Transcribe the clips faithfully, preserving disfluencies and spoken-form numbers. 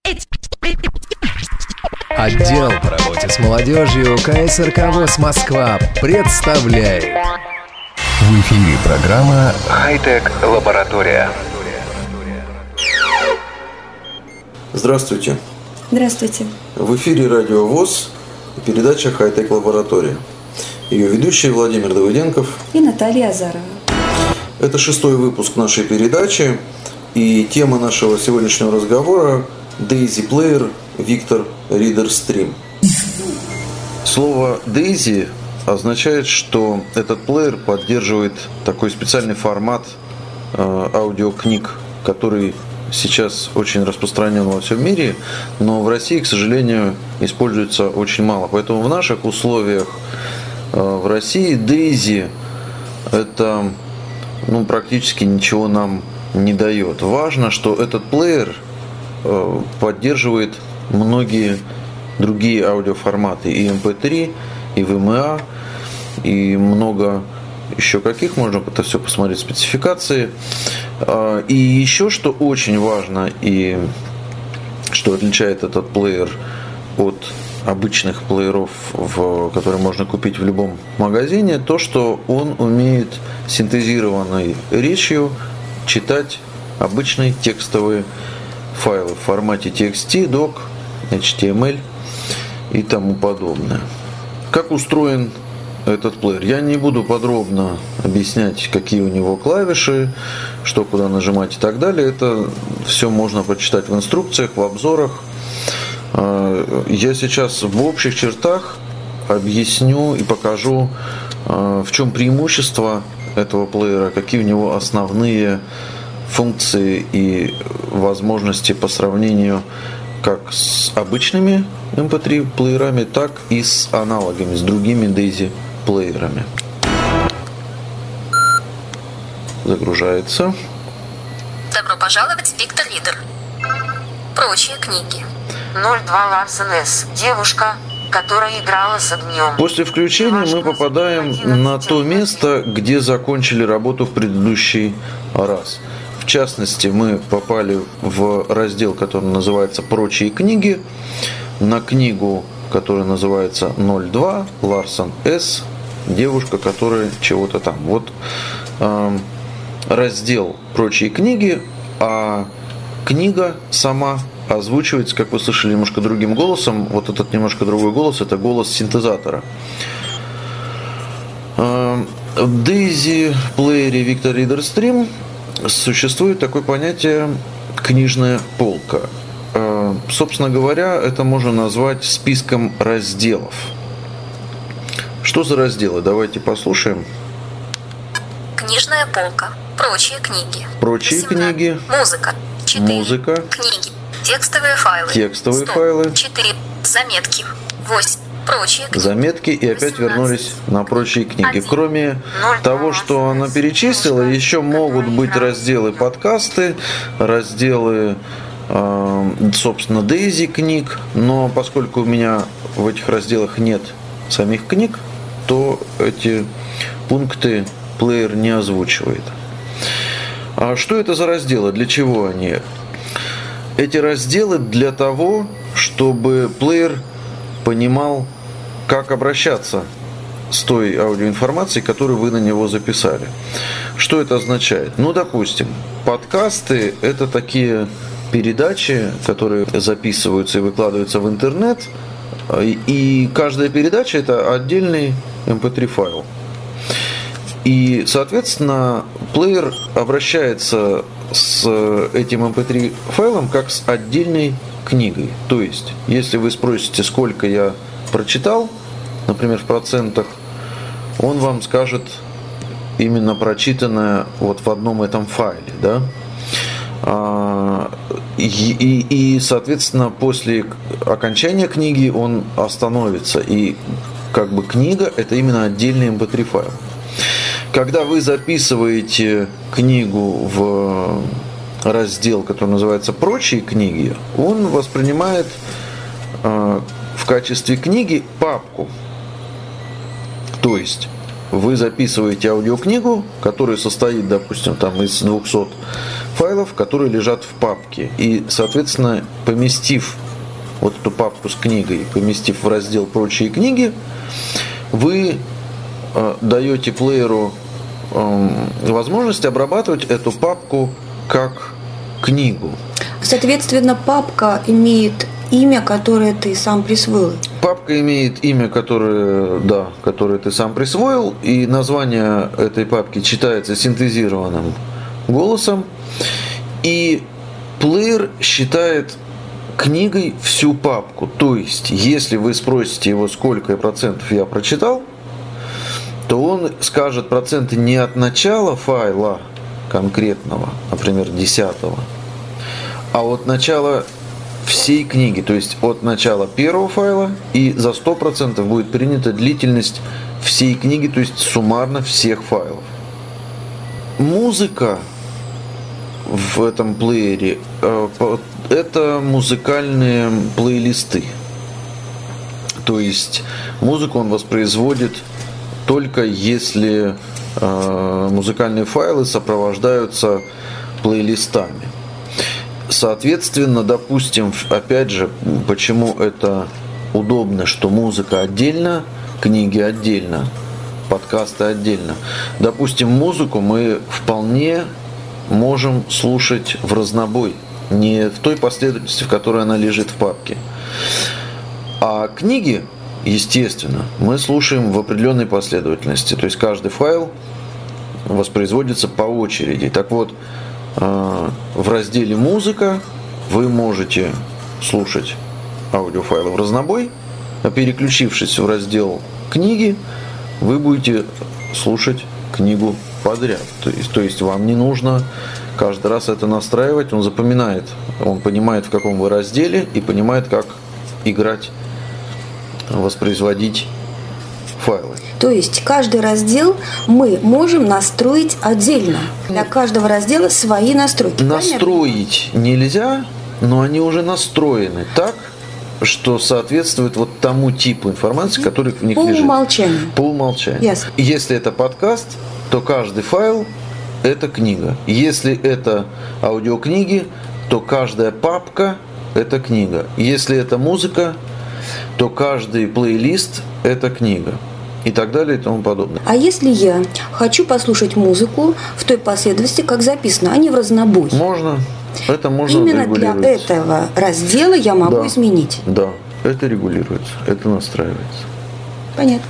Отдел по работе с молодежью КСРК ВОС Москва представляет. В эфире программа «Хай-тек лаборатория». Здравствуйте. Здравствуйте. В эфире радио ВОС и передача «Хай-тек лаборатория». Ее ведущие Владимир Давыденков и Наталья Азарова. Это шестой выпуск нашей передачи, и тема нашего сегодняшнего разговора – Daisy Player Victor Reader Stream. Слово Daisy означает, что этот плеер поддерживает такой специальный формат э, аудиокниг, который сейчас очень распространен во всем мире, но в России, к сожалению, используется очень мало. Поэтому в наших условиях э, в России Daisy – это ну, практически ничего нам не дает. Важно, что этот плеер э, поддерживает многие другие аудиоформаты, и эм пэ три, и ви эм а, и много еще каких, можно это все посмотреть в спецификации. И еще, что очень важно, и что отличает этот плеер от обычных плееров, в, которые можно купить в любом магазине, то, что он умеет синтезированной речью читать обычные текстовые файлы в формате ти экс ти, док, эйч ти эм эль и тому подобное. Как устроен этот плеер? Я не буду подробно объяснять, какие у него клавиши, что куда нажимать и так далее. Это все можно прочитать в инструкциях, в обзорах. Я сейчас в общих чертах объясню и покажу, в чем преимущество этого плеера, какие у него основные функции и возможности по сравнению как с обычными эм пэ три плеерами, так и с аналогами, с другими Daisy плеерами. Загружается. Добро пожаловать в Victor Reader. Прочие книги. ноль два Ларсон С. Девушка, которая играла с огнем. После включения мы попадаем на то место, где закончили работу в предыдущий раз. В частности, мы попали в раздел, который называется «Прочие книги», на книгу, которая называется ноль два Ларсон С. Девушка, которая чего-то там. Вот э, раздел «Прочие книги», а книга сама озвучивается, как вы слышали, немножко другим голосом. Вот этот немножко другой голос – это голос синтезатора. В Daisy плеере Victor Reader Stream существует такое понятие «книжная полка». Собственно говоря, это можно назвать списком разделов. Что за разделы? Давайте послушаем. Книжная полка. Прочие книги. Прочие восемнадцать. книги. Музыка. четыре. Музыка. Книги. Текстовые файлы. Текстовые сто. файлы. четыре. Заметки. восемь. Прочие книги. Заметки, и опять восемнадцать. вернулись на прочие книги. один. Кроме ноль. того, что она перечислила, еще могут быть разделы подкасты, разделы, э, собственно, Daisy книг, но поскольку у меня в этих разделах нет самих книг, то эти пункты плеер не озвучивает. А что это за разделы? Для чего они? Эти разделы для того, чтобы плеер понимал, как обращаться с той аудиоинформацией, которую вы на него записали. Что это означает? Ну, допустим, подкасты – это такие передачи, которые записываются и выкладываются в интернет, и каждая передача – это отдельный эм пэ три файл. И, соответственно, плеер обращается с этим эм пэ три файлом как с отдельной книгой. То есть, если вы спросите, сколько я прочитал, например, в процентах, он вам скажет именно прочитанное вот в одном этом файле, да? И, и, и, соответственно, после окончания книги он остановится. И как бы книга – это именно отдельный эм пэ три файл. Когда вы записываете книгу в раздел, который называется «Прочие книги», он воспринимает э, в качестве книги папку. То есть вы записываете аудиокнигу, которая состоит, допустим, там, из двухсот файлов, которые лежат в папке. И, соответственно, поместив вот эту папку с книгой, поместив в раздел «Прочие книги», вы э, даете плееру э, возможность обрабатывать эту папку как книгу. Соответственно, папка имеет имя, которое ты сам присвоил. Папка имеет имя, которое, да, которое ты сам присвоил, и название этой папки читается синтезированным голосом, и плеер считает книгой всю папку. То есть, если вы спросите его, сколько процентов я прочитал, то он скажет проценты не от начала файла конкретного, например, десятого, а от начала всей книги, то есть от начала первого файла, и за сто процентов будет принята длительность всей книги, то есть суммарно всех файлов. Музыка в этом плеере – это музыкальные плейлисты. То есть музыку он воспроизводит только если музыкальные файлы сопровождаются плейлистами. Соответственно, допустим, опять же, почему это удобно, что музыка отдельно, книги отдельно, подкасты отдельно. Допустим, музыку мы вполне можем слушать в разнобой, не в той последовательности, в которой она лежит в папке. А книги, естественно, мы слушаем в определенной последовательности, то есть каждый файл воспроизводится по очереди. Так вот, в разделе «Музыка» вы можете слушать аудиофайлы в разнобой, а переключившись в раздел «Книги», вы будете слушать книгу подряд. То есть, то есть вам не нужно каждый раз это настраивать, он запоминает, он понимает, в каком вы разделе, и понимает, как играть, воспроизводить файлы. То есть каждый раздел мы можем настроить отдельно. Для каждого раздела свои настройки. Настроить нельзя, но они уже настроены так, что соответствует вот тому типу информации, который в них По лежит. умолчанию. По умолчанию. Ясно. Если это подкаст, то каждый файл – это книга. Если это аудиокниги, то каждая папка – это книга. Если это музыка, то каждый плейлист – это книга. И так далее, и тому подобное. А если я хочу послушать музыку в той последовательности, как записано, а не в разнобой? Можно. Это можно Именно для этого раздела я могу да. изменить. Да, это регулируется, это настраивается. Понятно.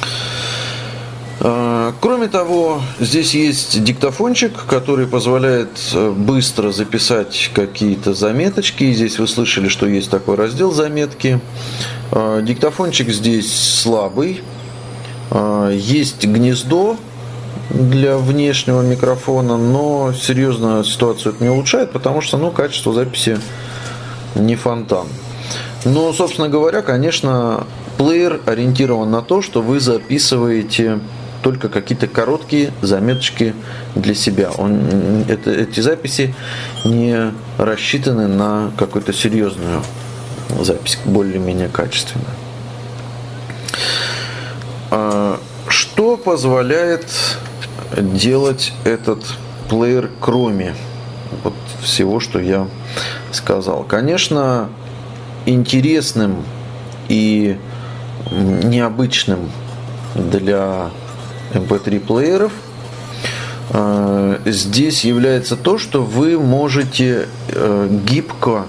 Кроме того, здесь есть диктофончик, который позволяет быстро записать какие-то заметочки. Здесь вы слышали, что есть такой раздел «Заметки». Диктофончик здесь слабый. Есть гнездо для внешнего микрофона, но серьезно ситуацию это не улучшает, потому что ну, качество записи не фонтан. Но, собственно говоря, конечно, плеер ориентирован на то, что вы записываете только какие-то короткие заметочки для себя. Он, это, эти записи не рассчитаны на какую-то серьезную запись, более-менее качественную. Что позволяет делать этот плеер, кроме вот всего, что я сказал? Конечно, интересным и необычным для эм пэ три плееров здесь является то, что вы можете гибко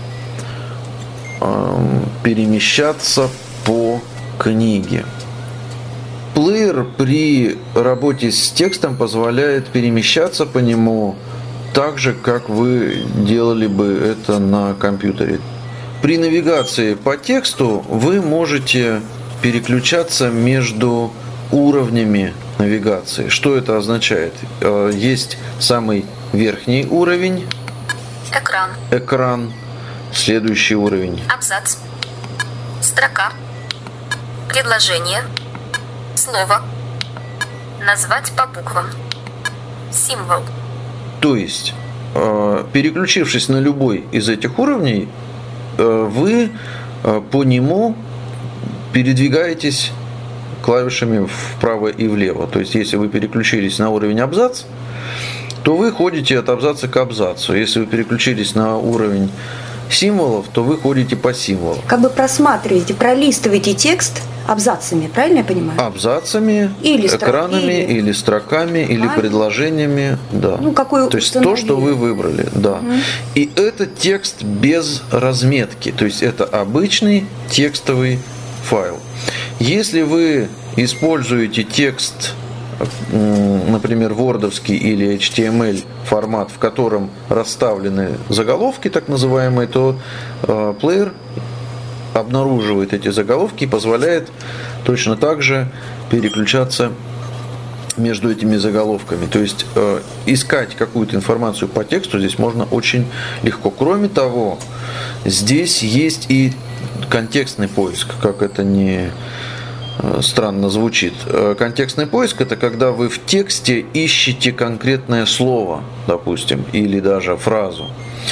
перемещаться по книге. Плеер при работе с текстом позволяет перемещаться по нему так же, как вы делали бы это на компьютере. При навигации по тексту вы можете переключаться между уровнями навигации. Что это означает? Есть самый верхний уровень. Экран. Экран. Следующий уровень. Абзац. Строка. Предложение. Слово. Назвать по буквам. Символ. То есть, переключившись на любой из этих уровней, вы по нему передвигаетесь клавишами вправо и влево. То есть, если вы переключились на уровень абзац, то вы ходите от абзаца к абзацу. Если вы переключились на уровень символов, то вы ходите по символам. Как бы просматриваете, пролистываете текст абзацами, правильно я понимаю? Абзацами, или экранами, или, или строками, или а? предложениями. Да. Ну, какой то есть то, что вы выбрали. Да. Угу. И это текст без разметки. То есть это обычный текстовый файл. Если вы используете текст, например, вордовский или эйч ти эм эль формат, в котором расставлены заголовки, так называемые, то э, плеер обнаруживает эти заголовки и позволяет точно так же переключаться между этими заголовками. То есть э, искать какую-то информацию по тексту здесь можно очень легко. Кроме того, здесь есть и контекстный поиск, как это не странно звучит. Контекстный поиск – это когда вы в тексте ищете конкретное слово, допустим, или даже фразу.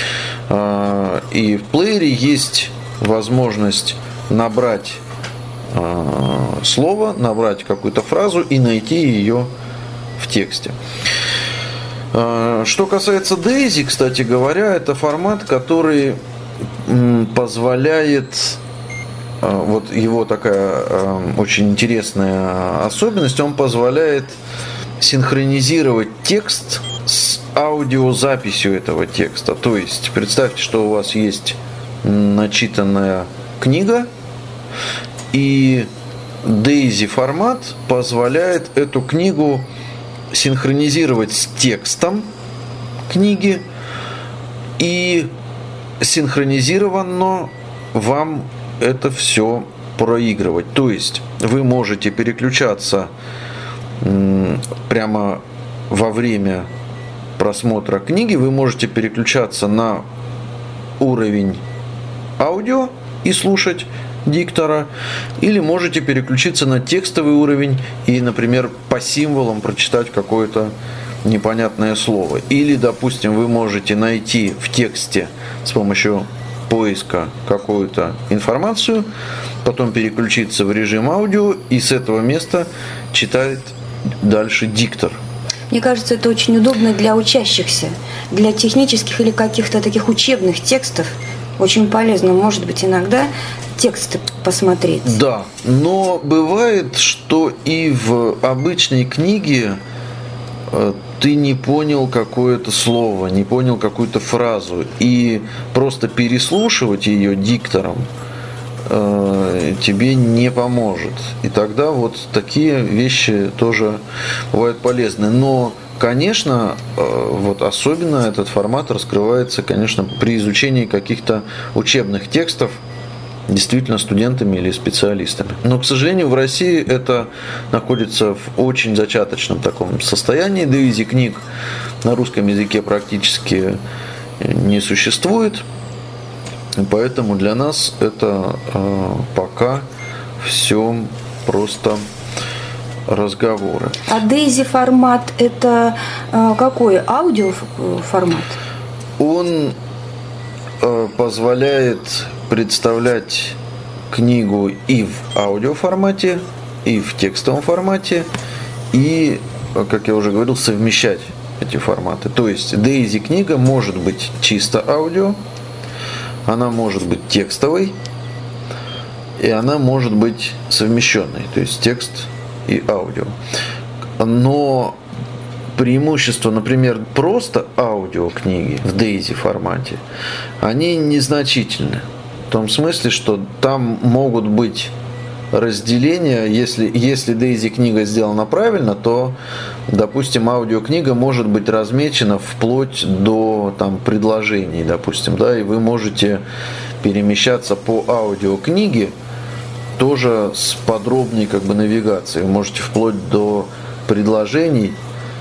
И в плеере есть возможность набрать слово, набрать какую-то фразу и найти ее в тексте. Что касается Дейзи, кстати говоря, это формат, который позволяет... Вот его такая э, очень интересная особенность, он позволяет синхронизировать текст с аудиозаписью этого текста. То есть, представьте, что у вас есть начитанная книга, и Дейзи формат позволяет эту книгу синхронизировать с текстом книги, и синхронизированно вам это все проигрывать. То есть вы можете переключаться прямо во время просмотра книги, вы можете переключаться на уровень аудио и слушать диктора, или можете переключиться на текстовый уровень и, например, по символам прочитать какое-то непонятное слово. Или, допустим, вы можете найти в тексте с помощью поиска какую-то информацию, потом переключиться в режим аудио и с этого места читает дальше диктор. Мне кажется, это очень удобно для учащихся, для технических или каких-то таких учебных текстов. Очень полезно, может быть, иногда тексты посмотреть. Да, но бывает, что и в обычной книге ты не понял какое-то слово, не понял какую-то фразу, и просто переслушивать ее диктором э, тебе не поможет. И тогда вот такие вещи тоже бывают полезны. Но, конечно, э, вот особенно этот формат раскрывается, конечно, при изучении каких-то учебных текстов, действительно студентами или специалистами. Но, к сожалению, в России это находится в очень зачаточном таком состоянии. Дейзи книг на русском языке практически не существует. Поэтому для нас это э, пока все просто разговоры. А Дейзи формат это э, какой? Аудио формат? Он э, позволяет представлять книгу и в аудиоформате, и в текстовом формате, и, как я уже говорил, совмещать эти форматы. То есть Дейзи книга может быть чисто аудио, она может быть текстовой, и она может быть совмещенной, то есть текст и аудио. Но преимущества, например, просто аудиокниги в Дейзи формате, они незначительны. В том смысле, что там могут быть разделения, если, если Дейзи книга сделана правильно, то, допустим, аудиокнига может быть размечена вплоть до там, предложений, допустим, да, и вы можете перемещаться по аудиокниге тоже с подробной как бы навигацией. Вы можете вплоть до предложений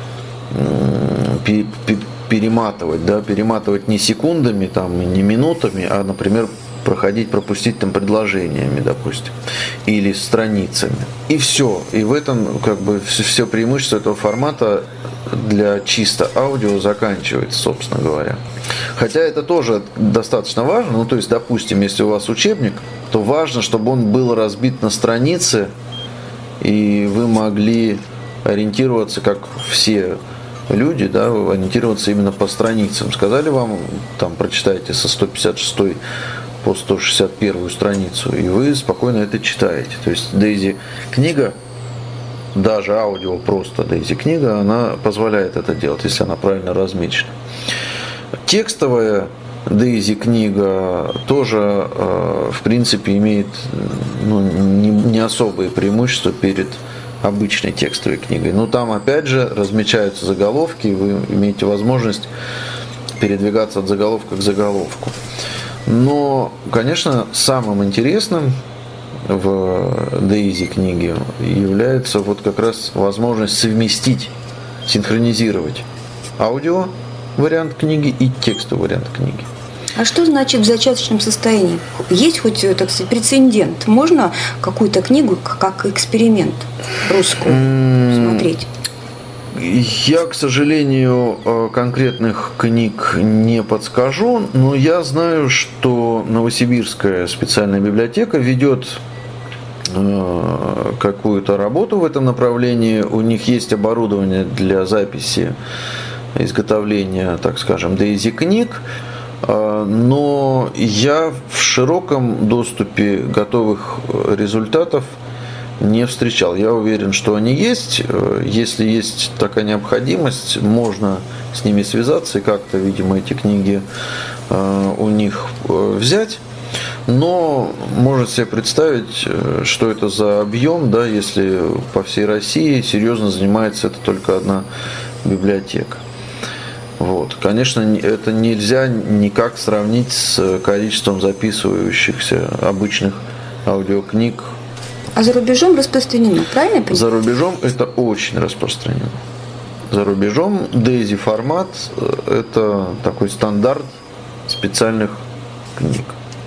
перематывать, да, перематывать не секундами, там, не минутами, а, например, проходить, пропустить там предложениями, допустим, или страницами. И все. И в этом как бы все преимущество этого формата для чисто аудио заканчивается, собственно говоря. Хотя это тоже достаточно важно. Ну, то есть, допустим, если у вас учебник, то важно, чтобы он был разбит на страницы и вы могли ориентироваться, как все люди, да, ориентироваться именно по страницам. Сказали вам, там, прочитайте со сто пятьдесят шестой по сто шестьдесят первую страницу, и вы спокойно это читаете. То есть Дейзи книга, даже аудио просто Дейзи книга, она позволяет это делать, если она правильно размечена. Текстовая Дейзи книга тоже, в принципе, имеет, ну, не, не особые преимущества перед обычной текстовой книгой. Но там, опять же, размечаются заголовки, и вы имеете возможность передвигаться от заголовка к заголовку. Но, конечно, самым интересным в Дейзи книге является вот как раз возможность совместить, синхронизировать аудио вариант книги и текстовый вариант книги. А что значит в зачаточном состоянии? Есть хоть, так сказать, прецедент? Можно какую-то книгу как эксперимент русскую mm-hmm. смотреть? Я, к сожалению, конкретных книг не подскажу, но я знаю, что Новосибирская специальная библиотека ведет какую-то работу в этом направлении. У них есть оборудование для записи, изготовления, так скажем, Дейзи книг. Но я в широком доступе готовых результатов не встречал. Я уверен, что они есть. Если есть такая необходимость, можно с ними связаться и как-то, видимо, эти книги у них взять. Но можно себе представить, что это за объем, да, если по всей России серьезно занимается это только одна библиотека. Вот. Конечно, это нельзя никак сравнить с количеством записывающихся обычных аудиокниг. А за рубежом распространено, правильно я понимаю? За рубежом это очень распространено. За рубежом Дейзи формат – это такой стандарт специальных книг.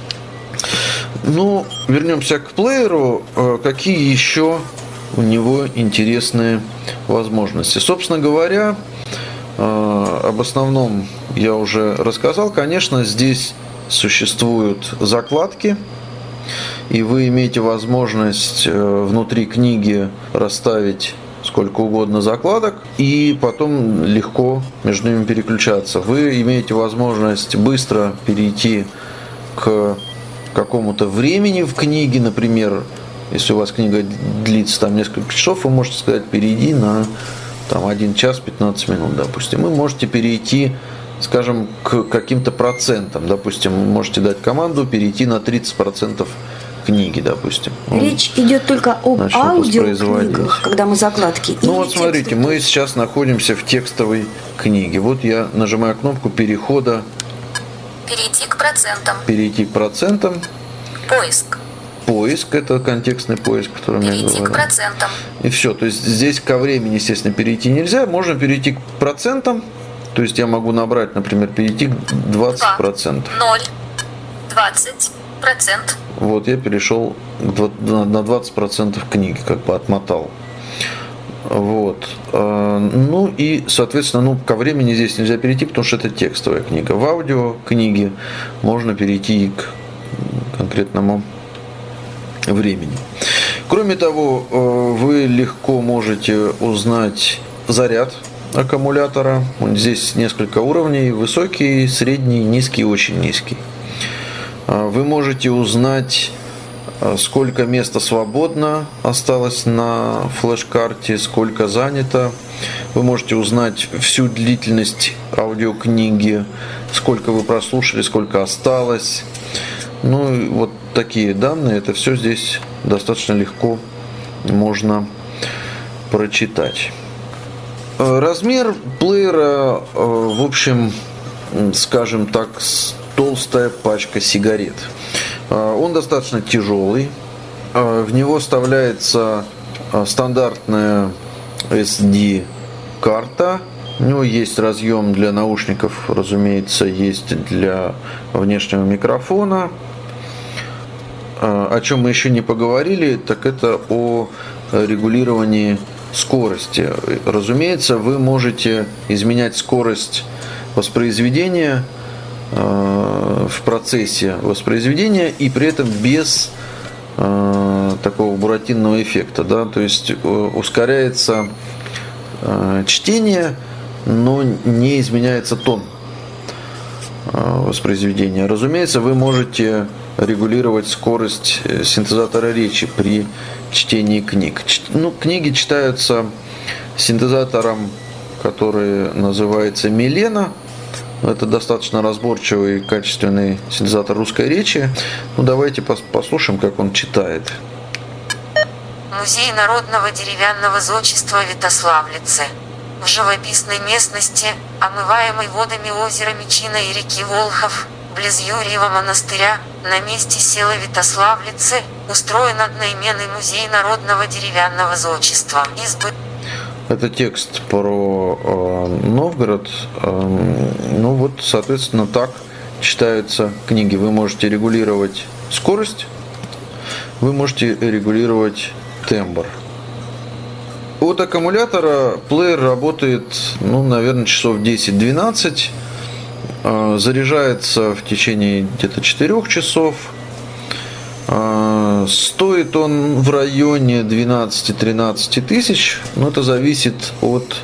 Ну, вернемся к плееру. Какие еще у него интересные возможности? Собственно говоря, об основном я уже рассказал. Конечно, здесь существуют закладки, и вы имеете возможность внутри книги расставить сколько угодно закладок и потом легко между ними переключаться. Вы имеете возможность быстро перейти к какому-то времени в книге, например, если у вас книга длится там несколько часов, вы можете сказать: перейди на там один час пятнадцать минут, допустим. Вы можете перейти, скажем, к каким-то процентам. Допустим, вы можете дать команду перейти на тридцать процентов книги, допустим. Речь Он идет только об аудиокнигах, когда мы закладки. Ну вот смотрите, текстовые. Мы сейчас находимся в текстовой книге. Вот я нажимаю кнопку перехода. Перейти к процентам. Перейти к процентам. Поиск. Поиск – это контекстный поиск, о котором перейти я говорил. Перейти к процентам. И все. То есть здесь ко времени, естественно, перейти нельзя. Можно перейти к процентам. То есть я могу набрать, например, перейти к двадцать процентов. ноль. двадцать процентов. Вот я перешел на двадцать процентов книги, как бы отмотал. Вот. Ну и, соответственно, ну, ко времени здесь нельзя перейти, потому что это текстовая книга. В аудиокниге можно перейти к конкретному времени. Кроме того, вы легко можете узнать заряд аккумулятора. Здесь несколько уровней: высокий, средний, низкий, очень низкий. Вы можете узнать, сколько места свободно осталось на флеш-карте, сколько занято. Вы можете узнать всю длительность аудиокниги, сколько вы прослушали, сколько осталось. Ну и вот такие данные, это все здесь достаточно легко можно прочитать. Размер плеера, в общем, скажем так, толстая пачка сигарет. Он достаточно тяжелый. В него вставляется стандартная эс ди-карта. У него есть разъем для наушников, разумеется, есть для внешнего микрофона. О чем мы еще не поговорили, так это о регулировании скорости. Разумеется, вы можете изменять скорость воспроизведения в процессе воспроизведения и при этом без э, такого буратинного эффекта, да, то есть э, ускоряется э, чтение, но не изменяется тон э, воспроизведения. Разумеется, вы можете регулировать скорость синтезатора речи при чтении книг. Ну, книги читаются синтезатором, который называется Милена. Это достаточно разборчивый, качественный синтезатор русской речи. Ну, давайте послушаем, как он читает. Музей народного деревянного зодчества Витославлице. В живописной местности, омываемой водами озера Мечина и реки Волхов, близ Юрьева монастыря, на месте села Витославлице, устроен одноименный музей народного деревянного зодчества. Избы. Это текст про э, Новгород. Э, ну вот, соответственно, так читаются книги. Вы можете регулировать скорость, вы можете регулировать тембр. От аккумулятора плеер работает, ну, наверное, часов десять-двенадцать. Э, заряжается в течение где-то четырёх часов. Стоит он в районе двенадцать-тринадцать тысяч, но это зависит от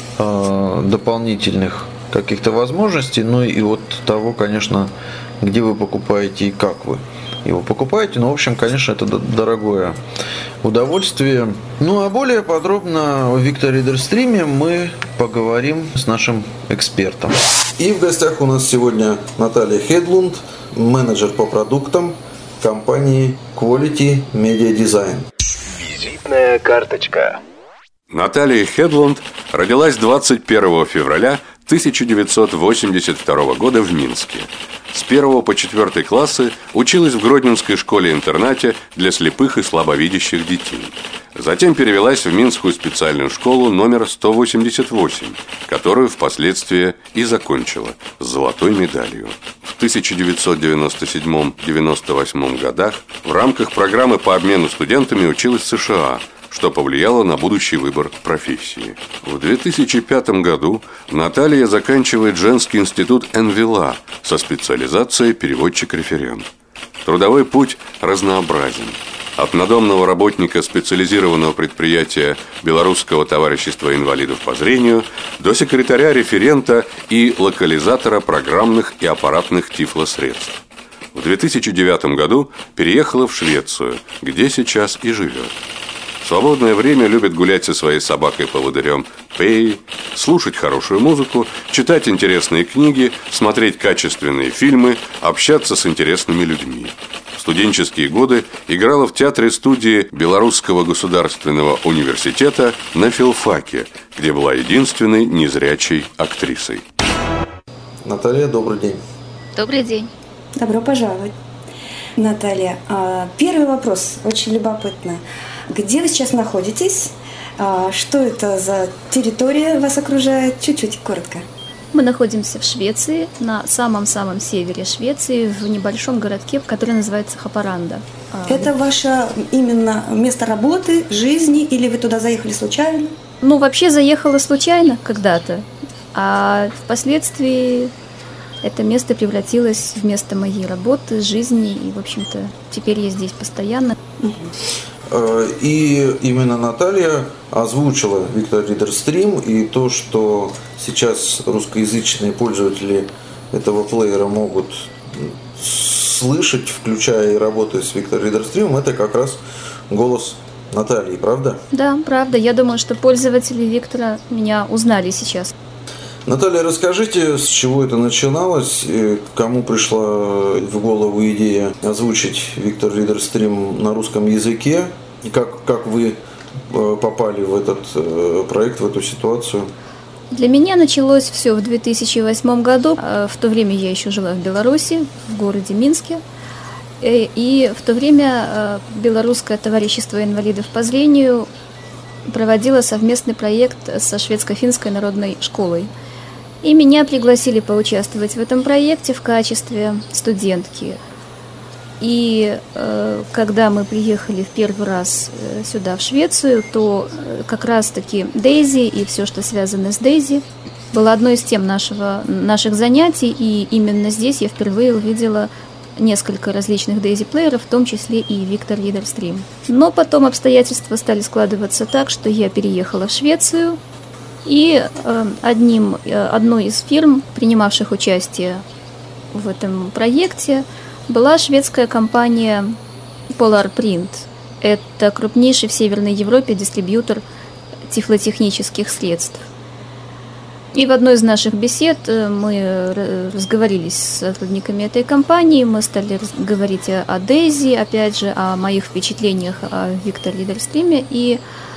э, дополнительных каких-то возможностей, ну и от того, конечно, где вы покупаете и как вы его покупаете. Ну, в общем, конечно, это дорогое удовольствие. Ну, а более подробно о Victor Reader Stream мы поговорим с нашим экспертом. И в гостях у нас сегодня Наталья Хедлунд, менеджер по продуктам компании Quality Media Design. Визитная карточка. Наталья Хедлунд родилась двадцать первого февраля тысяча девятьсот восемьдесят второго года в Минске. С первого по четвертый классы училась в Гродненской школе-интернате для слепых и слабовидящих детей. Затем перевелась в Минскую специальную школу номер сто восемьдесят восемь, которую впоследствии и закончила с золотой медалью. В тысяча девятьсот девяносто седьмом — девяносто восьмом годах в рамках программы по обмену студентами училась в США, что повлияло на будущий выбор профессии. В две тысячи пятом году Наталья заканчивает женский институт эн-ви-эл-а со специализацией переводчик-референт. Трудовой путь разнообразен. От надомного работника специализированного предприятия Белорусского товарищества инвалидов по зрению до секретаря-референта и локализатора программных и аппаратных тифлосредств. В две тысячи девятом году переехала в Швецию, где сейчас и живет. В свободное время любит гулять со своей собакой-поводырем Пей, слушать хорошую музыку, читать интересные книги, смотреть качественные фильмы, общаться с интересными людьми. В студенческие годы играла в театре-студии Белорусского государственного университета на филфаке, где была единственной незрячей актрисой. Наталья, добрый день. Добрый день. Добро пожаловать. Наталья, первый вопрос, очень любопытно. Где вы сейчас находитесь? Что это за территория вас окружает? Чуть-чуть, коротко. Мы находимся в Швеции, на самом-самом севере Швеции, в небольшом городке, который называется Хапаранда. Это ваше именно место работы, жизни, или вы туда заехали случайно? Ну, вообще заехала случайно когда-то, а впоследствии это место превратилось в место моей работы, жизни, и, в общем-то, теперь я здесь постоянно. И именно Наталья озвучила Victor Reader Stream, и то, что сейчас русскоязычные пользователи этого плеера могут слышать, включая и работая с Victor Reader Stream, это как раз голос Натальи, правда? Да, правда. Я думаю, что пользователи Виктора меня узнали сейчас. Наталья, расскажите, с чего это начиналось, кому пришла в голову идея озвучить Victor Reader Stream на русском языке, и как, как вы попали в этот проект, в эту ситуацию? Для меня началось все в две тысячи восьмом году. В то время я еще жила в Беларуси, в городе Минске. И в то время Белорусское товарищество инвалидов по зрению проводило совместный проект со шведско-финской народной школой. И меня пригласили поучаствовать в этом проекте в качестве студентки. И э, когда мы приехали в первый раз сюда, в Швецию, то как раз-таки Дейзи и все, что связано с Дейзи, было одной из тем нашего, наших занятий. И именно здесь я впервые увидела несколько различных дейзи-плееров, в том числе и Victor Reader Stream. Но потом обстоятельства стали складываться так, что я переехала в Швецию, и э, одним, э, одной из фирм, принимавших участие в этом проекте, была шведская компания Polar Print. Это крупнейший в Северной Европе дистрибьютор тифлотехнических средств. И в одной из наших бесед мы разговорились с сотрудниками этой компании, мы стали говорить о Дейзи, опять же, о моих впечатлениях о Victor Reader Stream, и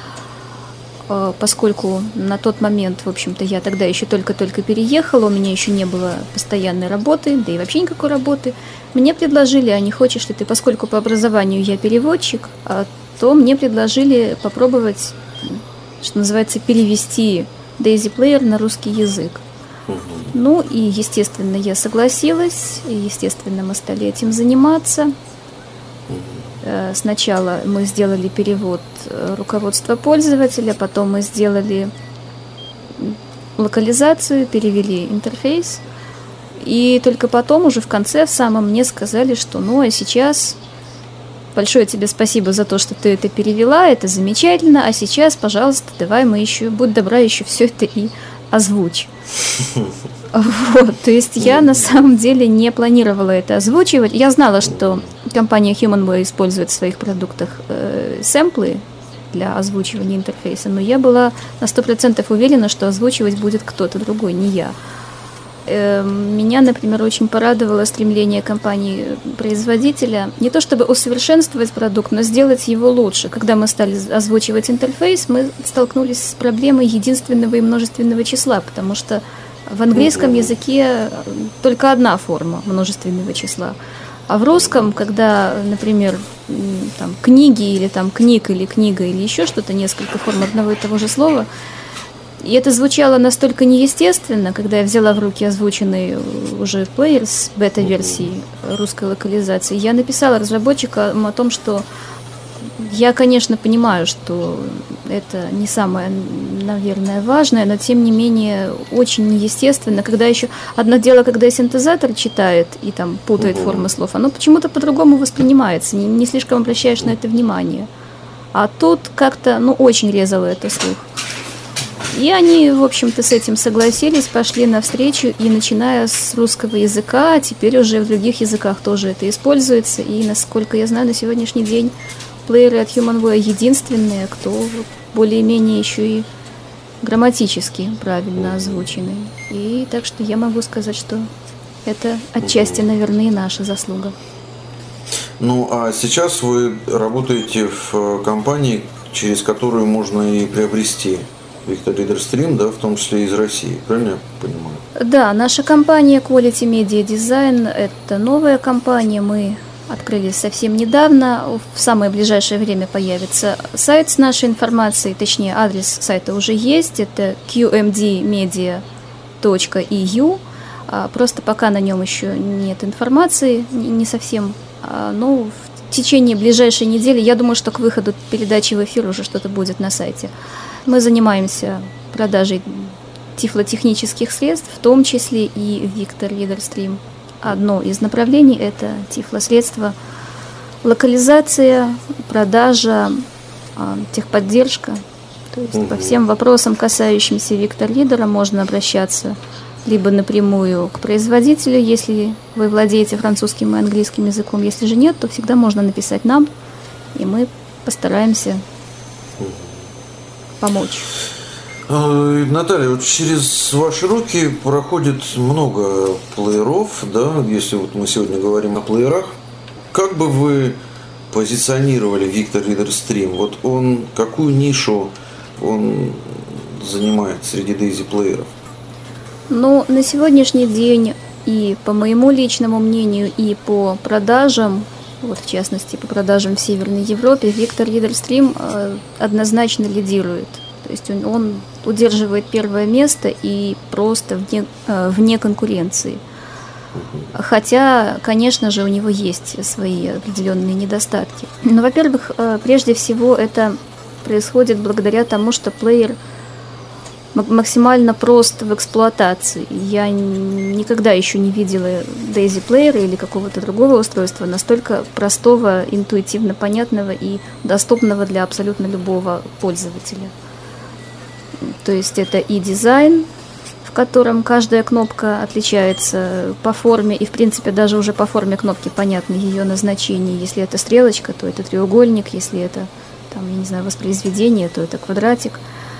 поскольку на тот момент, в общем-то, я тогда еще только-только переехала, у меня еще не было постоянной работы, да и вообще никакой работы, мне предложили, а не хочешь ли ты, поскольку по образованию я переводчик, то мне предложили попробовать, что называется, перевести Дейзи Плеер на русский язык. Угу. Ну и, естественно, я согласилась, и, естественно, мы стали этим заниматься. Угу. Сначала мы сделали перевод руководства пользователя, потом мы сделали локализацию, перевели интерфейс, и только потом, уже в конце, в самом, мне сказали, что ну а сейчас большое тебе спасибо за то, что ты это перевела, это замечательно, а сейчас, пожалуйста, давай мы еще, будь добра, еще все это и озвучь. Вот, то есть я на самом деле не планировала это озвучивать. Я знала, что компания HumanWare использует в своих продуктах э, сэмплы для озвучивания интерфейса, но я была на сто процентов уверена, что озвучивать будет кто-то другой, не я. Меня, например, очень порадовало стремление компании-производителя не то чтобы усовершенствовать продукт, но сделать его лучше. Когда мы стали озвучивать интерфейс, мы столкнулись с проблемой единственного и множественного числа, потому что в английском языке только одна форма множественного числа. А в русском, когда, например, там, книги или там, книг или книга или еще что-то, несколько форм одного и того же слова, и это звучало настолько неестественно, когда я взяла в руки озвученный уже плеер с бета-версией русской локализации. Я написала разработчикам о том, что я, конечно, понимаю, что это не самое, наверное, важное, но тем не менее очень неестественно, когда еще одно дело, когда синтезатор читает и там путает формы слов, оно почему-то по-другому воспринимается, не, не слишком обращаешь на это внимание. А тут как-то, ну, очень резало это слух. И они, в общем-то, с этим согласились, пошли навстречу, и начиная с русского языка, теперь уже в других языках тоже это используется, и, насколько я знаю, на сегодняшний день плееры от HumanWare единственные, кто более-менее еще и грамматически правильно озвучены. И так что я могу сказать, что это отчасти, наверное, и наша заслуга. Ну, а сейчас вы работаете в компании, через которую можно и приобрести Victor Reader Stream, да, в том числе из России, правильно я понимаю? Да, наша компания Quality Media Design – это новая компания, мы открылись совсем недавно, в самое ближайшее время появится сайт с нашей информацией, точнее адрес сайта уже есть, это кью эм ди медиа точка и ю, просто пока на нем еще нет информации, не совсем, но в течение ближайшей недели, я думаю, что к выходу передачи в эфир уже что-то будет на сайте. Мы занимаемся продажей тифлотехнических средств, в том числе и Victor Reader Stream. Одно из направлений – это тифлосредства, локализация, продажа, техподдержка. То есть угу. по всем вопросам, касающимся Victor Reader, можно обращаться либо напрямую к производителю, если вы владеете французским и английским языком. Если же нет, то всегда можно написать нам, и мы постараемся помочь. Наталья, вот через ваши руки проходит много плееров, да, если вот мы сегодня говорим о плеерах. Как бы вы позиционировали Victor Reader Stream? Вот он, какую нишу он занимает среди дейзи-плееров? Ну, на сегодняшний день и по моему личному мнению, и по продажам, вот в частности по продажам в Северной Европе, Victor Reader Stream э, однозначно лидирует. То есть он, он удерживает первое место и просто вне, э, вне конкуренции. Хотя, конечно же, у него есть свои определенные недостатки. Но, во-первых, э, прежде всего это происходит благодаря тому, что плеер максимально прост в эксплуатации. Я никогда еще не видела Daisy Player или какого-то другого устройства настолько простого, интуитивно понятного и доступного для абсолютно любого пользователя. То есть это и дизайн, в котором каждая кнопка отличается по форме, и в принципе даже уже по форме кнопки понятно ее назначение. Если это стрелочка, то это треугольник, если это, там, я не знаю, воспроизведение, то это квадратик.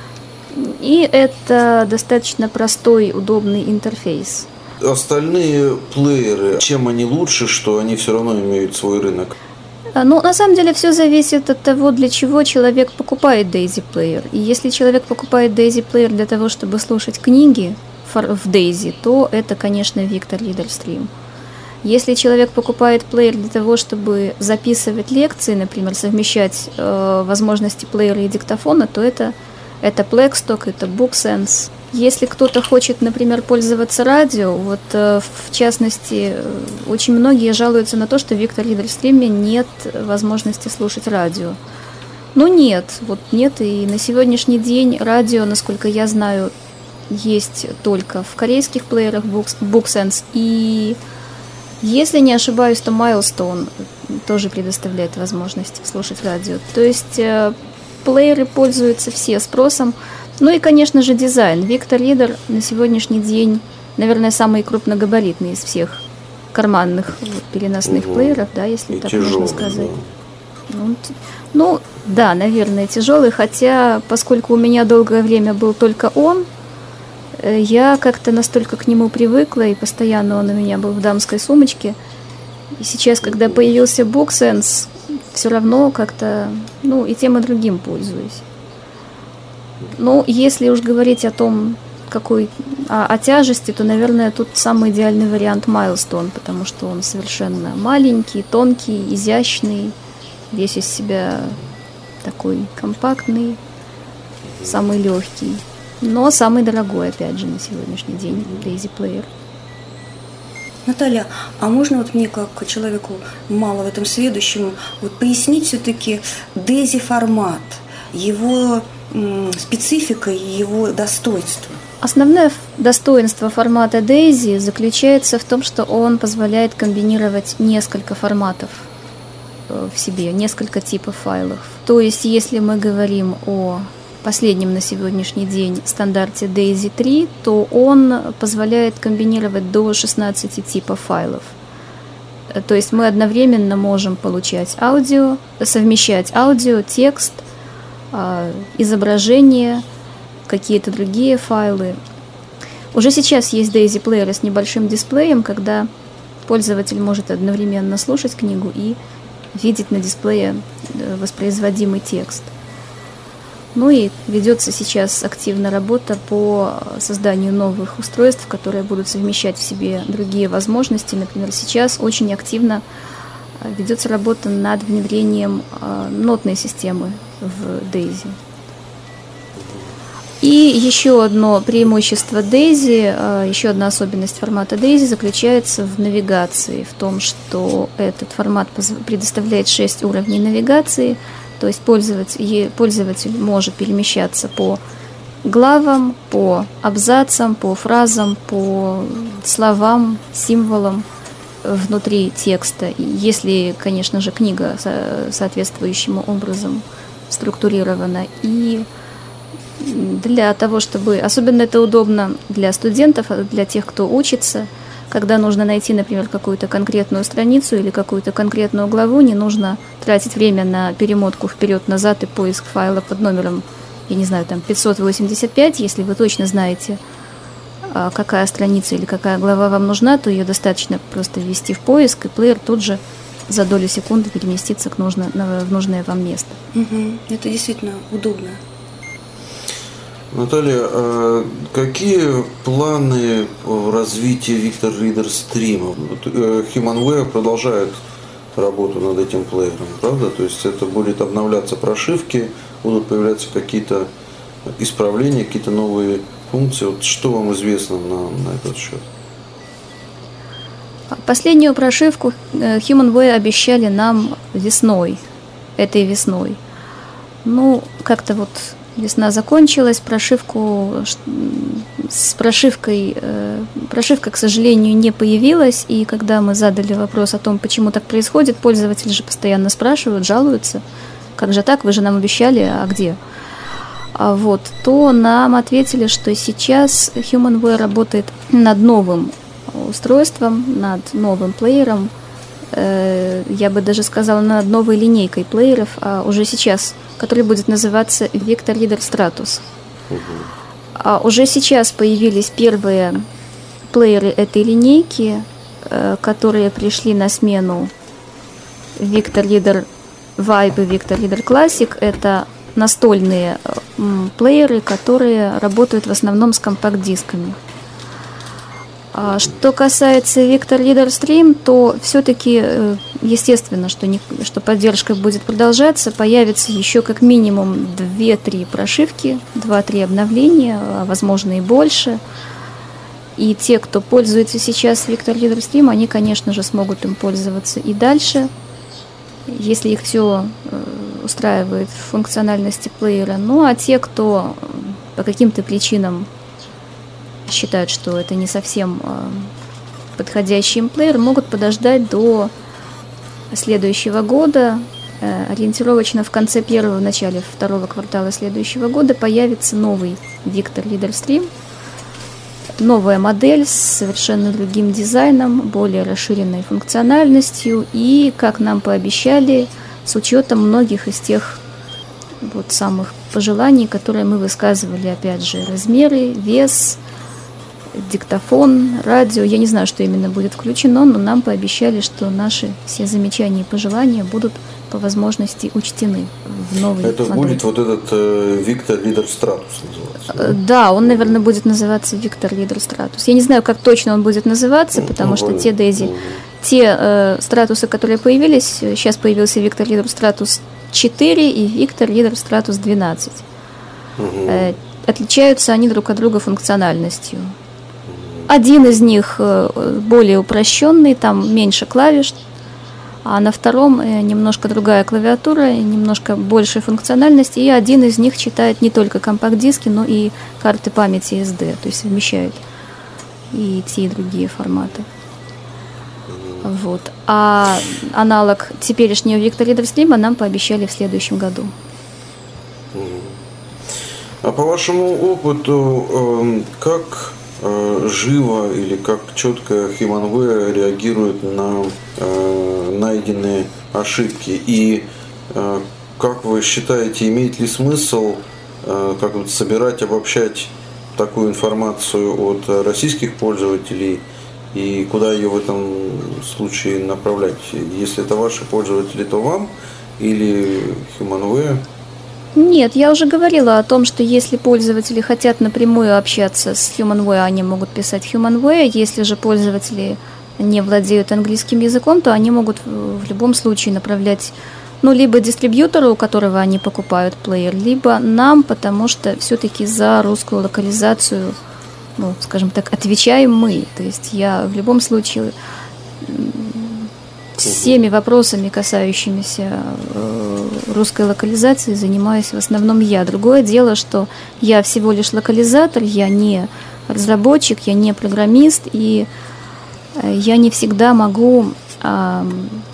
И это достаточно простой, удобный интерфейс. Остальные плееры, чем они лучше, что они все равно имеют свой рынок? Ну, на самом деле, все зависит от того, для чего человек покупает Daisy Player. И если человек покупает Daisy Player для того, чтобы слушать книги в Daisy, то это, конечно, Victor Reader Stream. Если человек покупает плеер для того, чтобы записывать лекции, например, совмещать э, возможности плеера и диктофона, то это Это Plextalk, это BookSense. Если кто-то хочет, например, пользоваться радио, вот в частности, очень многие жалуются на то, что в Victor Reader Stream нет возможности слушать радио. Ну нет, вот нет, и на сегодняшний день радио, насколько я знаю, есть только в корейских плеерах BookSense, и если не ошибаюсь, то Milestone тоже предоставляет возможность слушать радио. То есть плееры пользуются все спросом. Ну и, конечно же, дизайн. Victor Reader на сегодняшний день, наверное, самый крупногабаритный из всех карманных вот, переносных угу. плееров, да, если и так тяжелый, можно сказать. Да. Ну, ну, да, наверное, тяжелый, хотя, поскольку у меня долгое время был только он, я как-то настолько к нему привыкла, и постоянно он у меня был в дамской сумочке. И сейчас, когда появился BookSense, все равно как-то, ну, и тем, и другим пользуюсь. Ну, если уж говорить о том, какой, о, о тяжести, то, наверное, тут самый идеальный вариант Milestone, потому что он совершенно маленький, тонкий, изящный, весь из себя такой компактный, самый легкий, но самый дорогой, опять же, на сегодняшний день Daisy Player. Наталья, а можно вот мне, как человеку мало в этом сведущему, вот пояснить все-таки Daisy формат, его м, специфика и его достоинство? Основное достоинство формата Daisy заключается в том, что он позволяет комбинировать несколько форматов в себе, несколько типов файлов. То есть, если мы говорим о последнем на сегодняшний день стандарте Daisy три, то он позволяет комбинировать до шестнадцати типов файлов. То есть мы одновременно можем получать аудио, совмещать аудио, текст, изображение, какие-то другие файлы. Уже сейчас есть Daisy Player с небольшим дисплеем, когда пользователь может одновременно слушать книгу и видеть на дисплее воспроизводимый текст. Ну и ведется сейчас активная работа по созданию новых устройств, которые будут совмещать в себе другие возможности. Например, сейчас очень активно ведется работа над внедрением нотной системы в Daisy. И еще одно преимущество Daisy, еще одна особенность формата Daisy заключается в навигации, в том, что этот формат предоставляет шесть уровней навигации. То есть пользователь, пользователь может перемещаться по главам, по абзацам, по фразам, по словам, символам внутри текста. Если, конечно же, книга соответствующим образом структурирована. И для того, чтобы... Особенно это удобно для студентов, для тех, кто учится. Когда нужно найти, например, какую-то конкретную страницу или какую-то конкретную главу, не нужно тратить время на перемотку вперед-назад и поиск файла под номером, я не знаю, там пятьсот восемьдесят пять. Если вы точно знаете, какая страница или какая глава вам нужна, то ее достаточно просто ввести в поиск, и плеер тут же за долю секунды переместится к нужно, в нужное вам место. Угу. Это действительно удобно. Наталья, а какие планы развития Victor Reader Stream? Humanware продолжает работу над этим плеером, правда? То есть это будет обновляться прошивки, будут появляться какие-то исправления, какие-то новые функции. Вот что вам известно на, на этот счет? Последнюю прошивку Humanware обещали нам весной, этой весной. Ну, как-то вот весна закончилась, прошивку, с прошивкой, прошивка, к сожалению, не появилась, и когда мы задали вопрос о том, почему так происходит, пользователи же постоянно спрашивают, жалуются, как же так, вы же нам обещали, а где? А вот, то нам ответили, что сейчас HumanWare работает над новым устройством, над новым плеером, я бы даже сказала, над новой линейкой плееров, а уже сейчас, который будет называться Victor Reader Stratus. Uh-huh. А уже сейчас появились первые плееры этой линейки, которые пришли на смену Victor Reader Vibe и Victor Reader Classic. Это настольные плееры, которые работают в основном с компакт-дисками. Что касается Victor Reader Stream, то все-таки, естественно, что, не, что поддержка будет продолжаться, появится еще как минимум две-три прошивки, два-три обновления, а возможно и больше. И те, кто пользуется сейчас Victor Reader Stream, они, конечно же, смогут им пользоваться и дальше, если их все устраивает в функциональности плеера. Ну а те, кто по каким-то причинам считают, что это не совсем подходящий им плеер, могут подождать до следующего года. Ориентировочно в конце первого, в начале второго квартала следующего года появится новый Victor Reader Stream. Новая модель с совершенно другим дизайном, более расширенной функциональностью и, как нам пообещали, с учетом многих из тех вот самых пожеланий, которые мы высказывали, опять же, размеры, вес, диктофон, радио. Я не знаю, что именно будет включено, но нам пообещали, что наши все замечания и пожелания будут по возможности учтены в новой Это модели. Будет вот этот э, Victor Reader Stratus называться? Да? да, он, наверное, будет называться Victor Reader Stratus. Я не знаю, как точно он будет называться, mm, потому ну, что те Дейзи, mm. те э, стратусы, которые появились, сейчас появился Victor Reader Stratus четыре и Victor Reader Stratus двенадцать. Mm-hmm. Э, отличаются они друг от друга функциональностью. Один из них более упрощенный, там меньше клавиш, а на втором немножко другая клавиатура, немножко большая функциональность, и один из них читает не только компакт-диски, но и карты памяти эс ди, то есть совмещает и те, и другие форматы. Вот. А аналог теперешнего Victor Reader Stream нам пообещали в следующем году. А по вашему опыту, как живо или как четко HumanWare реагирует на э, найденные ошибки? И э, как вы считаете, имеет ли смысл э, как бы собирать, обобщать такую информацию от российских пользователей и куда ее в этом случае направлять? Если это ваши пользователи, то вам или HumanWare? Нет, я уже говорила о том, что если пользователи хотят напрямую общаться с HumanWare, они могут писать HumanWare. Если же пользователи не владеют английским языком, то они могут в любом случае направлять, ну, либо дистрибьютору, у которого они покупают плеер, либо нам, потому что все-таки за русскую локализацию, ну, скажем так, отвечаем мы. То есть я в любом случае всеми вопросами, касающимися русской локализации, занимаюсь в основном я. Другое дело, что я всего лишь локализатор, я не разработчик, я не программист, и я не всегда могу а,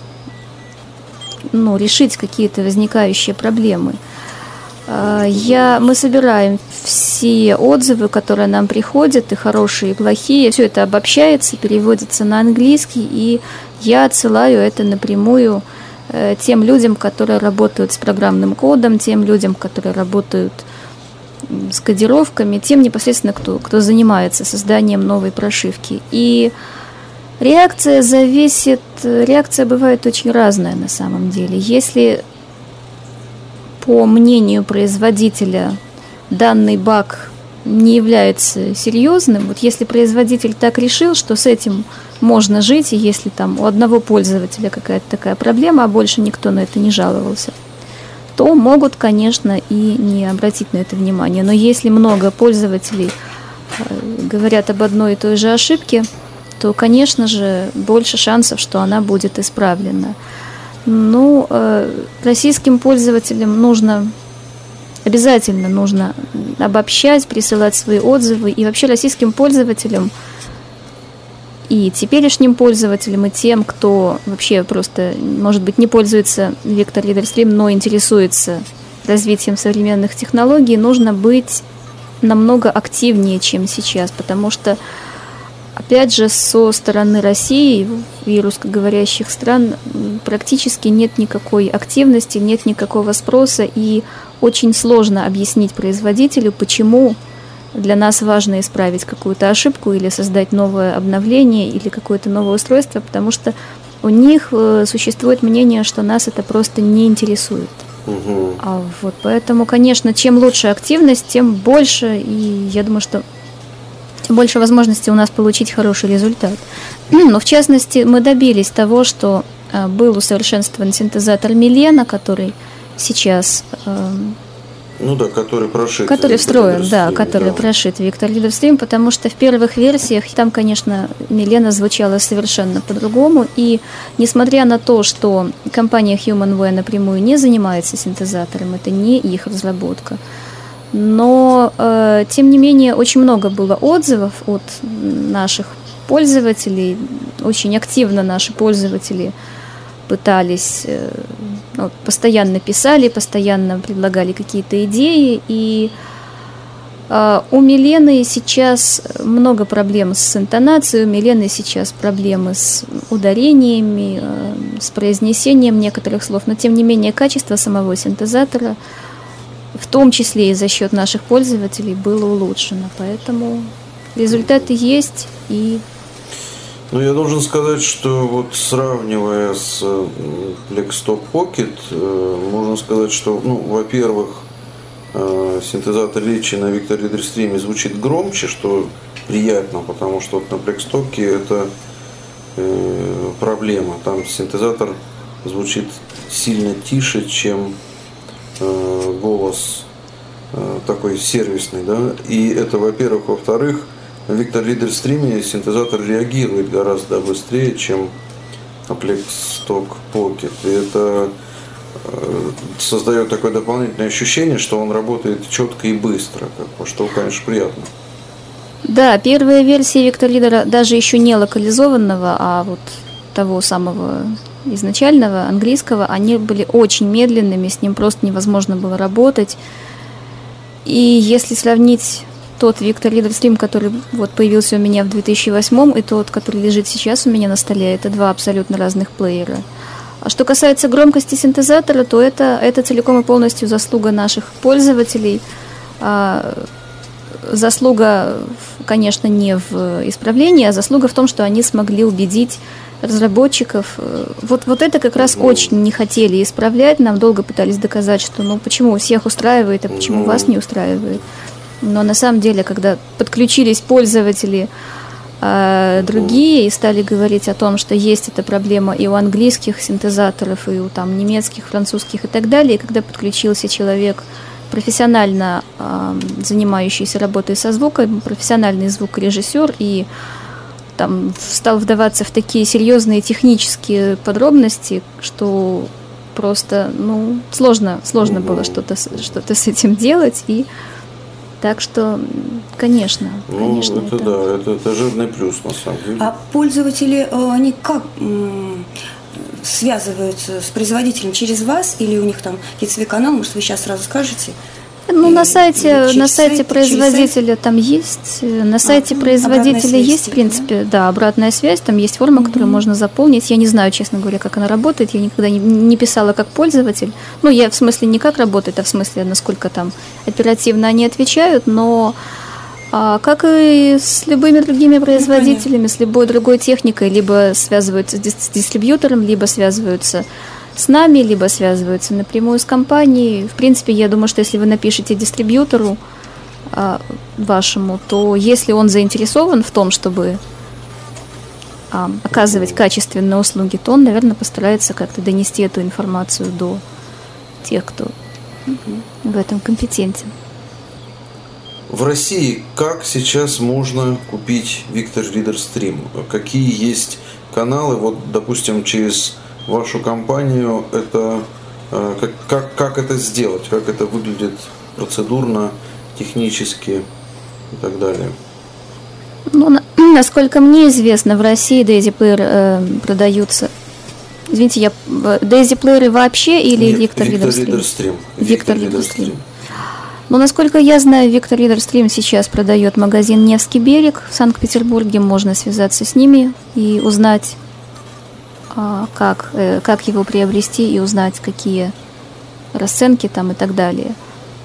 ну, решить какие-то возникающие проблемы. А, я, мы собираем все отзывы, которые нам приходят, и хорошие, и плохие. Все это обобщается, переводится на английский, и я отсылаю это напрямую э, тем людям, которые работают с программным кодом, тем людям, которые работают с кодировками, тем непосредственно, кто, кто занимается созданием новой прошивки. И реакция зависит, реакция бывает очень разная на самом деле. Если, по мнению производителя, данный баг не является серьезным, вот если производитель так решил, что с этим можно жить, и если там у одного пользователя какая-то такая проблема, а больше никто на это не жаловался, то могут, конечно, и не обратить на это внимание. Но если много пользователей говорят об одной и той же ошибке, то, конечно же, больше шансов, что она будет исправлена. Ну, российским пользователям нужно обязательно нужно обобщать, присылать свои отзывы. И вообще российским пользователям, и теперешним пользователям, и тем, кто вообще просто, может быть, не пользуется Vector Reader Stream, но интересуется развитием современных технологий, нужно быть намного активнее, чем сейчас, потому что, опять же, со стороны России и русскоговорящих стран практически нет никакой активности, нет никакого спроса, и очень сложно объяснить производителю, почему для нас важно исправить какую-то ошибку или создать новое обновление или какое-то новое устройство, потому что у них существует мнение, что нас это просто не интересует. Угу. А вот поэтому, конечно, чем лучше активность, тем больше, и я думаю, что тем больше возможностей у нас получить хороший результат. Но в частности, мы добились того, что был усовершенствован синтезатор Milena, который сейчас Ну да, который прошит. Который встроен, да, который да. прошит Vector Reader Stream, потому что в первых версиях там, конечно, Milena звучала совершенно по-другому. И несмотря на то, что компания HumanWare напрямую не занимается синтезатором, это не их разработка, но, э, тем не менее, очень много было отзывов от наших пользователей, очень активно наши пользователи пытались, ну, постоянно писали, постоянно предлагали какие-то идеи, и э, у Милены сейчас много проблем с интонацией, у Милены сейчас проблемы с ударениями, э, с произнесением некоторых слов, но тем не менее качество самого синтезатора, в том числе и за счет наших пользователей, было улучшено, поэтому результаты есть. И Ну, я должен сказать, что вот сравнивая с Plextalk Pocket, можно сказать, что, ну, во-первых, синтезатор речи на Vector Reader Stream звучит громче, что приятно, потому что вот на Plextalk это проблема. Там синтезатор звучит сильно тише, чем голос такой сервисный, да. И это, во-первых. Во-вторых, в Vector Reader Stream синтезатор реагирует гораздо быстрее, чем на Plextalk Pocket. И это создает такое дополнительное ощущение, что он работает четко и быстро, что, конечно, приятно. Да, первые версии Vector Reader, даже еще не локализованного, а вот того самого изначального английского, они были очень медленными, с ним просто невозможно было работать. И если сравнить тот Vector Reader Stream, который вот появился у меня в две тысячи восьмом, и тот, который лежит сейчас у меня на столе, это два абсолютно разных плеера. А что касается громкости синтезатора, то это, это целиком и полностью заслуга наших пользователей. А, заслуга, конечно, не в исправлении, а заслуга в том, что они смогли убедить разработчиков. Вот, вот это как раз очень не хотели исправлять. Нам долго пытались доказать, что ну почему у всех устраивает, а почему вас не устраивает. Но на самом деле, когда подключились пользователи э, другие и стали говорить о том, что есть эта проблема и у английских синтезаторов, и у там, немецких, французских и так далее, и когда подключился человек, профессионально э, занимающийся работой со звуком, профессиональный звукорежиссер, и там стал вдаваться в такие серьезные технические подробности, что просто ну, сложно, сложно было что-то, что-то с этим делать, и так что, конечно, конечно. Ну, это, это да, это, это жирный плюс, на самом деле. А пользователи, они как связываются с производителем? Через вас или у них там какие-то свои каналы? Может, вы сейчас сразу скажете? Ну, на сайте, на сайте сайт, производителя там есть, на сайте а, производителя есть, в принципе, да? да, обратная связь, там есть форма, угу. которую можно заполнить. Я не знаю, честно говоря, как она работает, я никогда не, не писала как пользователь. Ну, я в смысле не как работает, а в смысле, насколько там оперативно они отвечают, но а, как и с любыми другими производителями, ну, с любой другой техникой, либо связываются с, с дистрибьютором, либо связываются с нами, либо связываются напрямую с компанией. В принципе, я думаю, что если вы напишете дистрибьютору а, вашему, то если он заинтересован в том, чтобы а, оказывать качественные услуги, то он, наверное, постарается как-то донести эту информацию до тех, кто угу. в этом компетентен. В России как сейчас можно купить Vector Reader Stream? Какие есть каналы? Вот, допустим, через вашу компанию, это как, как, как это сделать, как это выглядит процедурно, технически и так далее? Ну, на, насколько мне известно, в России Daisy Player э, продаются. Извините, я Daisy Player вообще или Нет, Victor Victor Reader Reader Stream? Stream. Victor Reader Stream. Ну, насколько я знаю, Victor Reader Stream сейчас продает магазин «Невский берег» в Санкт-Петербурге. Можно связаться с ними и узнать, как, как его приобрести, и узнать, какие расценки там и так далее.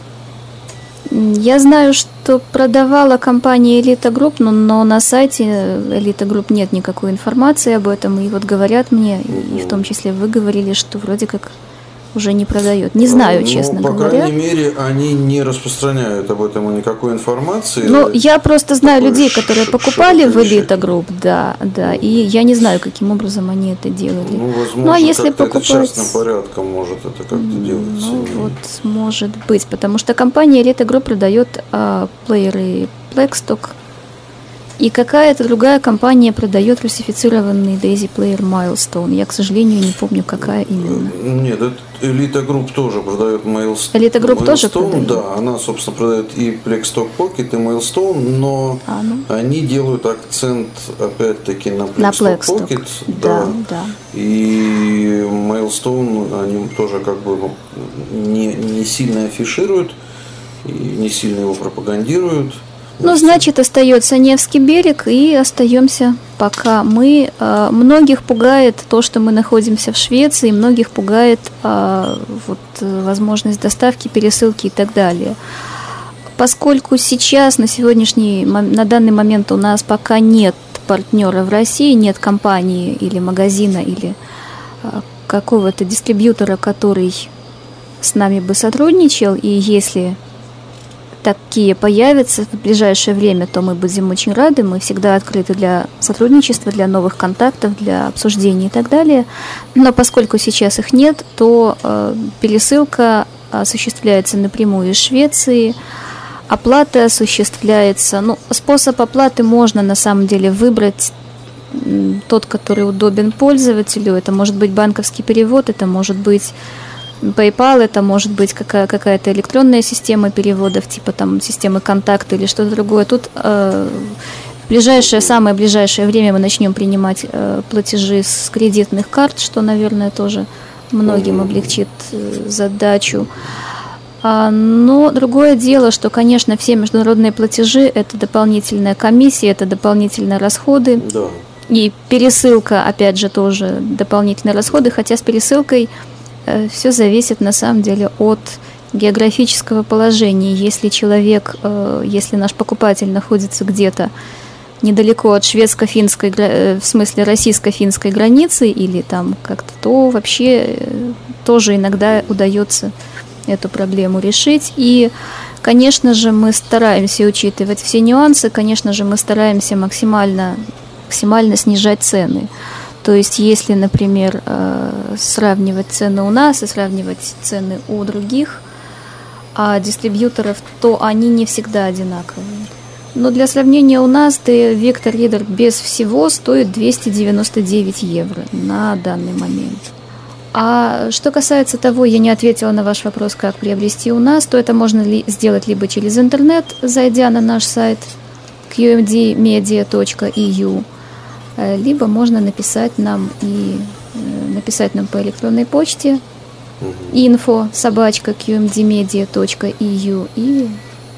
Я знаю, что продавала компания Elite Group, но, но на сайте Elite Group нет никакой информации об этом. И вот говорят мне, и в том числе вы говорили, что вроде как уже не продает. Не знаю, ну, честно по говоря. По крайней мере, они не распространяют об этом никакой информации. Ну, я просто знаю Такой людей, которые покупали в широковещательный. Elite Group, да, да, и я не знаю, каким образом они это делали. Ну, возможно, ну а если как-то покупать... это частным порядком может это как-то делаться. Ну, вот, может быть, потому что компания Elite Group продает а, плееры Blackstock, и какая-то другая компания продает русифицированный Daisy Player Milestone. Я, к сожалению, не помню, какая именно. Нет, это Elite Group тоже продает Milestone. Elite Group тоже продает? Да, она, собственно, продает и Blackstock Pocket, и Milestone, но а, ну. они делают акцент, опять-таки, на Blackstock, на Blackstock. Pocket. Да, да, да. И Milestone они тоже как бы не, не сильно афишируют, и не сильно его пропагандируют. Ну, значит, остается Невский берег, и остаемся пока. Мы, э, многих пугает то, что мы находимся в Швеции, многих пугает э, вот, возможность доставки, пересылки и так далее. Поскольку сейчас, на сегодняшний, на данный момент у нас пока нет партнера в России, нет компании или магазина, или э, какого-то дистрибьютора, который с нами бы сотрудничал, и если такие появятся в ближайшее время, то мы будем очень рады. Мы всегда открыты для сотрудничества, для новых контактов, для обсуждений и так далее. Но поскольку сейчас их нет, то э, пересылка осуществляется напрямую из Швеции. Оплата осуществляется... Ну, способ оплаты можно на самом деле выбрать тот, который удобен пользователю. Это может быть банковский перевод, это может быть PayPal, это может быть какая- какая-то электронная система переводов, типа там системы контакта или что-то другое. Тут э, в ближайшее, самое ближайшее время мы начнем принимать э, платежи с кредитных карт, что, наверное, тоже многим облегчит э, задачу. А, но другое дело, что, конечно, все международные платежи – это дополнительная комиссия, это дополнительные расходы. Да. И пересылка, опять же, тоже дополнительные расходы, хотя с пересылкой все зависит на самом деле от географического положения. Если человек, если наш покупатель находится где-то недалеко от шведско-финской, в смысле российско-финской границы или там как-то, то вообще тоже иногда удается эту проблему решить. И, конечно же, мы стараемся учитывать все нюансы, конечно же, мы стараемся максимально, максимально снижать цены. То есть, если, например, сравнивать цены у нас и сравнивать цены у других дистрибьюторов, то они не всегда одинаковые. Но для сравнения у нас Victor Reader без всего стоит двести девяносто девять евро на данный момент. А что касается того, я не ответила на ваш вопрос, как приобрести у нас, то это можно ли сделать либо через интернет, зайдя на наш сайт кью эм ди медиа точка и ю, либо можно написать нам и написать нам по электронной почте info собачка кью эм ди медиа точка и ю и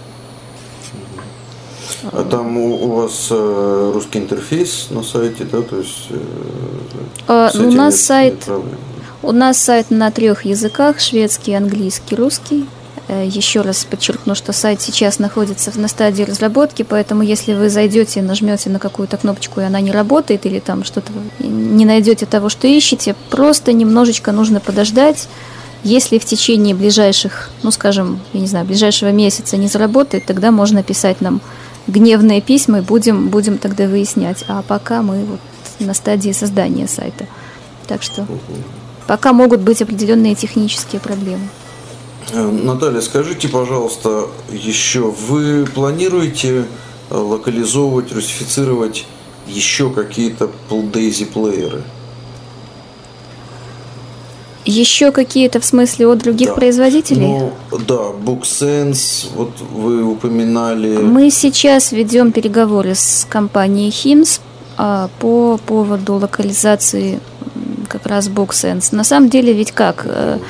А там у, у вас э, русский интерфейс на сайте, да, то есть э, а, у нас нет, сайт нет у нас сайт на трех языках: шведский, английский, русский. Еще раз подчеркну, что сайт сейчас находится на стадии разработки, поэтому если вы зайдете, нажмете на какую-то кнопочку, и она не работает, или там что-то не найдете того, что ищете, просто немножечко нужно подождать. Если в течение ближайших, ну скажем, я не знаю, ближайшего месяца не заработает, тогда можно писать нам гневные письма, и будем, будем тогда выяснять. А пока мы вот на стадии создания сайта. Так что пока могут быть определенные технические проблемы. Наталья, скажите, пожалуйста, еще вы планируете локализовывать, русифицировать еще какие-то Daisy плееры? Еще какие-то в смысле от других да. производителей? Ну, да, BookSense, вот вы упоминали. Мы сейчас ведем переговоры с компанией химс а, по поводу локализации как раз BookSense. На самом деле ведь как?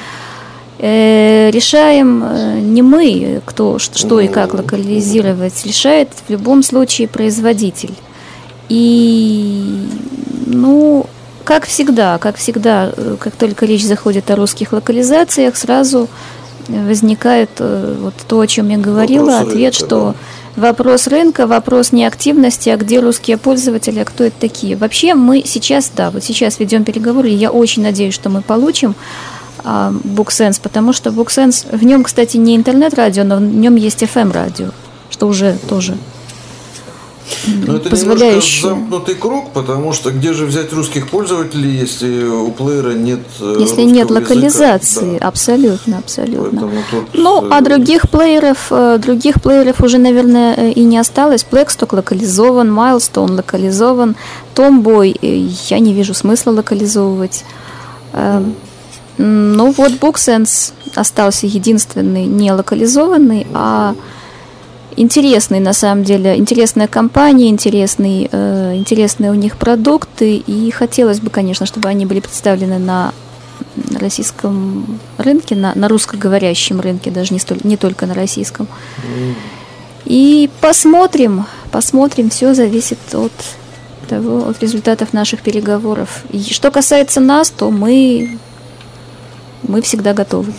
Э, решаем э, не мы, кто, что и как локализировать, решает в любом случае производитель. И, ну, как всегда, как всегда, как только речь заходит о русских локализациях, сразу возникает э, вот то, о чем я говорила, вопрос ответ, рынка, что да. Вопрос рынка, вопрос не активности, а где русские пользователи, а кто это такие. Вообще мы сейчас, да, вот сейчас ведем переговоры, и я очень надеюсь, что мы получим а, BookSense, потому что BookSense, в нем, кстати, не интернет-радио, но в нем есть эф эм-радио, что уже тоже Но это позволяющий... немножко замкнутый круг, потому что где же взять русских пользователей, если у плеера нет Если нет локализации, да. абсолютно, абсолютно. Тут... Ну, а других плееров, других плееров уже, наверное, и не осталось. Blackstock локализован, Milestone локализован, Tomboy я не вижу смысла локализовывать. Mm. Ну вот BookSense остался единственный не локализованный, mm. а интересный, на самом деле, интересная компания, интересный, э, интересные у них продукты, и хотелось бы, конечно, чтобы они были представлены на российском рынке, на, на русскоговорящем рынке, даже не, столь, не только на российском. Mm. И посмотрим, посмотрим, все зависит от того, от результатов наших переговоров. И что касается нас, то мы, мы всегда готовы.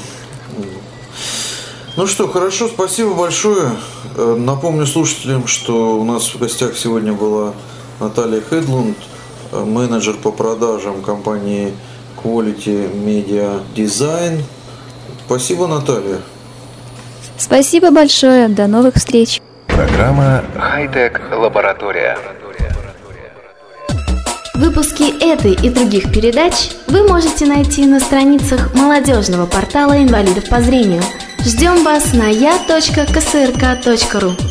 Ну что, хорошо, спасибо большое. Напомню слушателям, что у нас в гостях сегодня была Наталья Хедлунд, менеджер по продажам компании Quality Media Design. Спасибо, Наталья. Спасибо большое. До новых встреч. Программа «Хай-Тек Лаборатория». Выпуски этой и других передач вы можете найти на страницах молодежного портала инвалидов по зрению. Ждем вас на я точка ка эс эр ка точка ру.